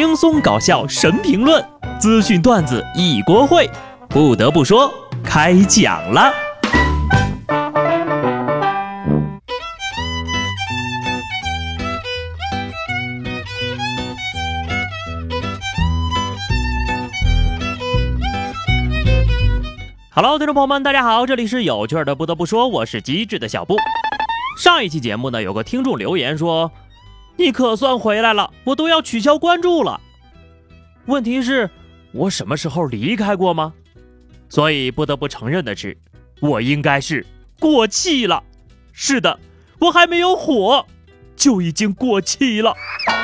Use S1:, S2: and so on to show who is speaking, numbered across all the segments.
S1: 轻松搞笑神评论，资讯段子一锅烩。不得不说，开讲了。Hello， 听众朋友们，大家好，这里是有趣的。不得不说，我是机智的小布。上一期节目呢，有个听众留言说，你可算回来了，我都要取消关注了。问题是，我什么时候离开过吗？所以不得不承认的是，我应该是过气了。是的，我还没有火，就已经过气了。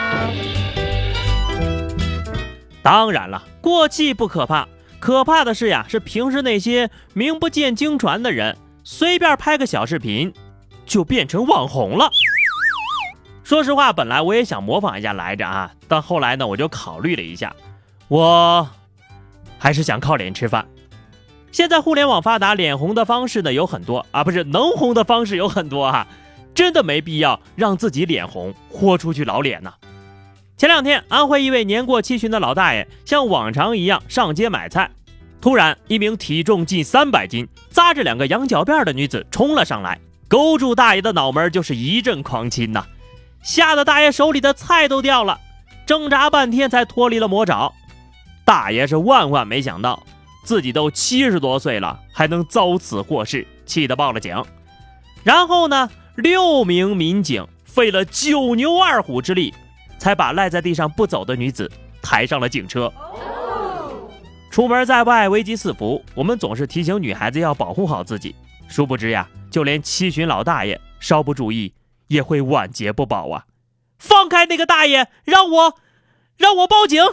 S1: 当然了，过气不可怕，可怕的是呀，是平时那些名不见经传的人，随便拍个小视频，就变成网红了。说实话，本来我也想模仿一下来着啊，但后来呢，我就考虑了一下，我还是想靠脸吃饭。现在互联网发达，脸红的方式呢有很多啊，不是能红的方式有很多啊，真的没必要让自己脸红，豁出去老脸呢。前两天，安徽一位年过70的老大爷像往常一样上街买菜，突然一名体重近300斤、扎着2个羊角辫的女子冲了上来，勾住大爷的脑门就是一阵狂亲呐，吓得大爷手里的菜都掉了，挣扎半天才脱离了魔爪。大爷是万万没想到，自己都70多岁了，还能遭此祸事，气得报了警。然后呢，6名民警费了9牛2虎之力，才把赖在地上不走的女子抬上了警车。出门在外，危机四伏，我们总是提醒女孩子要保护好自己，殊不知呀，就连七旬老大爷稍不注意，也会晚节不保啊！放开那个大爷，让我报警！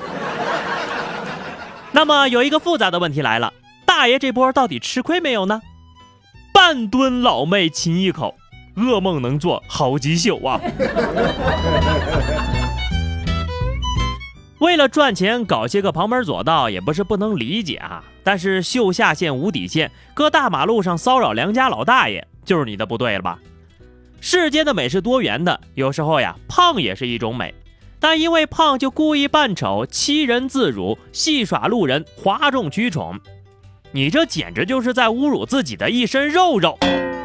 S1: 那么有一个复杂的问题来了，大爷这波到底吃亏没有呢？半吨老妹亲一口，噩梦能做好几宿啊！为了赚钱搞些个旁门左道也不是不能理解啊，但是秀下限无底线，搁大马路上骚扰良家老大爷，就是你的不对了吧？世间的美是多元的，有时候呀，胖也是一种美，但因为胖就故意扮丑，欺人自辱，戏耍路人，哗众取宠，你这简直就是在侮辱自己的一身肉肉。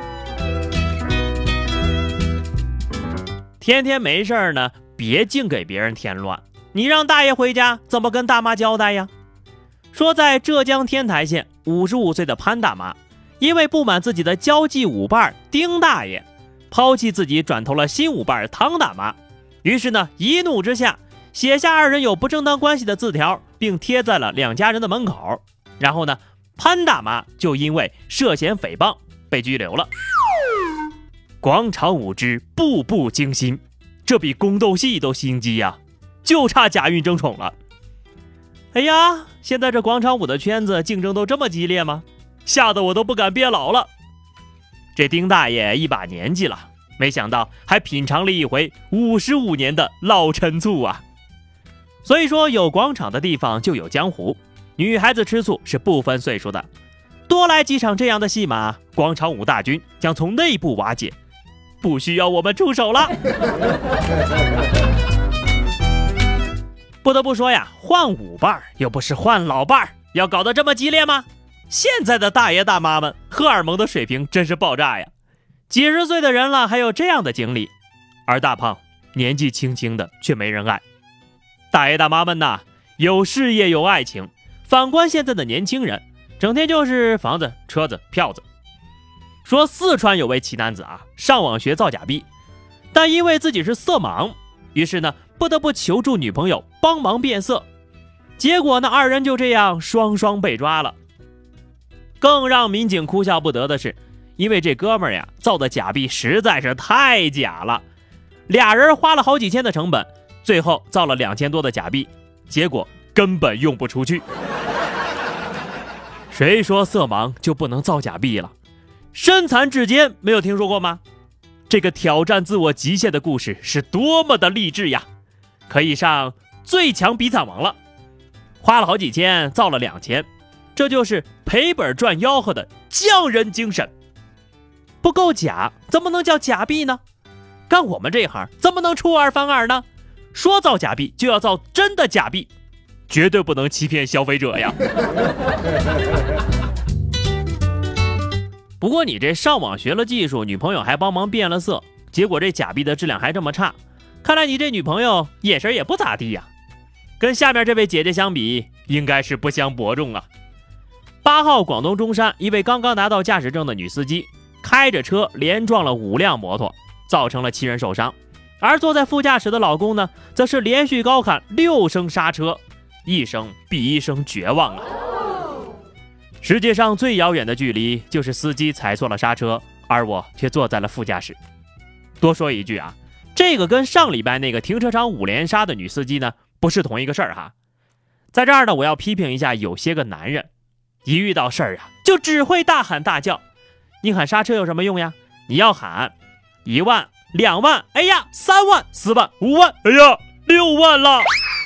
S1: 天天没事呢，别净给别人添乱，你让大爷回家怎么跟大妈交代呀？说在浙江天台县55岁的潘大妈，因为不满自己的交际舞伴丁大爷抛弃自己，转投了新舞伴汤大妈，于是呢，一怒之下写下2人有不正当关系的字条，并贴在了2家人的门口。然后呢，潘大妈就因为涉嫌诽谤被拘留了。广场舞之步步惊心，这比宫斗戏都心机呀，就差贾韵争宠了。哎呀，现在这广场舞的圈子竞争都这么激烈吗？吓得我都不敢憋老了。这丁大爷一把年纪了，没想到还品尝了一回55年的老陈醋啊！所以说，有广场的地方就有江湖，女孩子吃醋是不分岁数的。多来几场这样的戏码，广场舞大军将从内部瓦解，不需要我们出手了。不得不说呀，换舞伴又不是换老伴，要搞得这么激烈吗？现在的大爷大妈们荷尔蒙的水平真是爆炸呀，几十岁的人了还有这样的经历，而大胖年纪轻轻的却没人爱。大爷大妈们呐，有事业有爱情，反观现在的年轻人，整天就是房子车子票子。说四川有位奇男子啊，上网学造假币，但因为自己是色盲，于是呢不得不求助女朋友帮忙变色，结果呢2人就这样双双被抓了。更让民警哭笑不得的是，因为这哥们儿呀造的假币实在是太假了，2人花了好几千的成本，最后造了2000多的假币，结果根本用不出去。谁说色盲就不能造假币了？身残志坚没有听说过吗？这个挑战自我极限的故事是多么的励志呀，可以上最强比惨王了。花了好几千造了2000，这就是赔本赚吆喝的匠人精神。不够假怎么能叫假币呢？干我们这行怎么能出尔反尔呢？ 说造假币就要造真的假币，绝对不能欺骗消费者呀。不过你这上网学了技术，女朋友还帮忙变了色，结果这假币的质量还这么差，看来你这女朋友眼神也不咋地呀。跟下面这位姐姐相比，应该是不相伯仲啊。8号广东中山一位刚刚拿到驾驶证的女司机，开着车连撞了5辆摩托，造成了7人受伤，而坐在副驾驶的老公呢，则是连续高喊6声刹车，一声比一声绝望啊。世界上最遥远的距离，就是司机踩错了刹车，而我却坐在了副驾驶。多说一句啊，这个跟上礼拜那个停车场5连刹的女司机呢，不是同一个事儿哈。在这儿呢，我要批评一下有些个男人，一遇到事儿啊，就只会大喊大叫。你喊刹车有什么用呀？你要喊1万、2万，哎呀，3万、4万、5万，哎呀，6万了。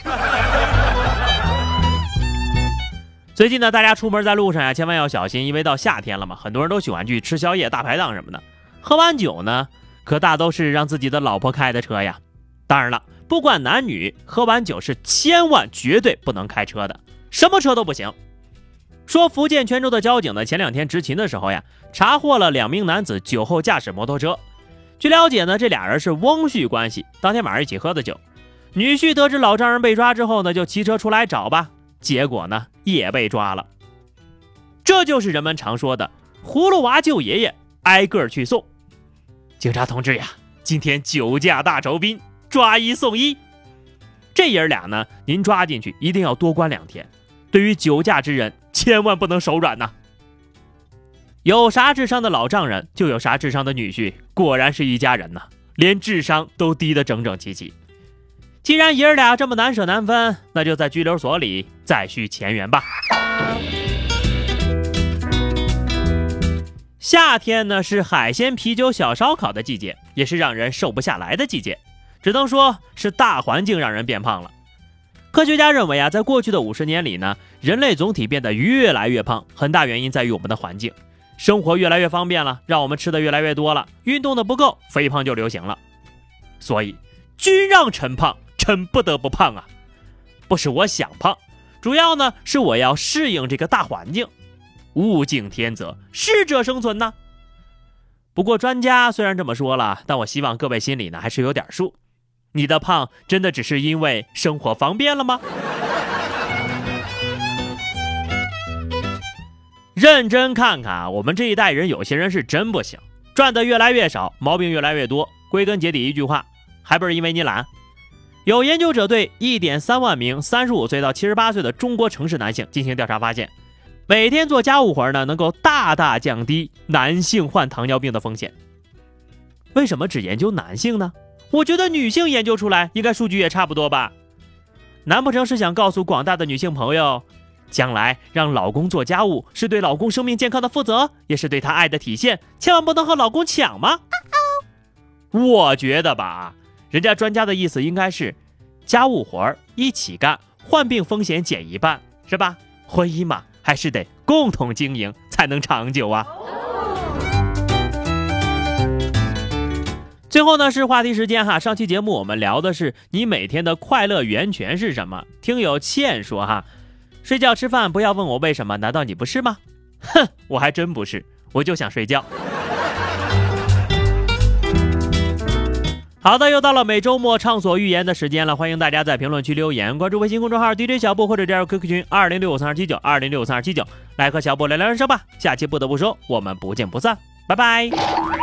S1: 最近呢，大家出门在路上呀，千万要小心，因为到夏天了嘛，很多人都喜欢去吃宵夜、大排档什么的。喝完酒呢，可大都是让自己的老婆开的车呀。当然了，不管男女，喝完酒是千万绝对不能开车的，什么车都不行。说福建泉州的交警呢，前2天执勤的时候呀，查获了2名男子酒后驾驶摩托车。据了解呢，这俩人是翁婿关系，当天晚上一起喝的酒。女婿得知老丈人被抓之后呢，就骑车出来找吧，结果呢也被抓了。这就是人们常说的葫芦娃救爷爷，挨个去送。警察同志呀，今天酒驾大酬宾，抓1送1。这爷俩呢，您抓进去一定要多关2天。对于酒驾之人，千万不能手软呐。有啥智商的老丈人，就有啥智商的女婿，果然是一家人呐，连智商都低得整整齐齐。既然爷俩这么难舍难分，那就在拘留所里再续前缘吧。夏天呢，是海鲜、啤酒、小烧烤的季节，也是让人瘦不下来的季节，只能说是大环境让人变胖了。科学家认为啊，在过去的50年里呢，人类总体变得越来越胖，很大原因在于我们的环境，生活越来越方便了，让我们吃的越来越多了，运动的不够，肥胖就流行了。所以君让臣胖，臣不得不胖啊！不是我想胖，主要呢是我要适应这个大环境。物竞天择，适者生存呢。不过专家虽然这么说了，但我希望各位心里呢还是有点数。你的胖真的只是因为生活方便了吗？认真看看，我们这一代人有些人是真不行，赚得越来越少，毛病越来越多。归根结底一句话，还不是因为你懒。有研究者对 1.3 万名35岁到78岁的中国城市男性进行调查，发现每天做家务活呢，能够大大降低男性患糖尿病的风险。为什么只研究男性呢？我觉得女性研究出来应该数据也差不多吧。难不成是想告诉广大的女性朋友，将来让老公做家务是对老公生命健康的负责，也是对他爱的体现，千万不能和老公抢吗？我觉得吧，人家专家的意思应该是家务活一起干，患病风险减1半，是吧？婚姻嘛，还是得共同经营才能长久啊。最后呢是话题时间哈，上期节目我们聊的是你每天的快乐源泉是什么？听友倩说哈，睡觉吃饭不要问我为什么，难道你不是吗？哼，我还真不是，我就想睡觉。好的，又到了每周末畅所欲言的时间了，欢迎大家在评论区留言，关注微信公众号 DJ 小布或者加入 QQ 群20653279 20653279，来和小布聊聊人生吧。下期不得不说，我们不见不散，拜拜。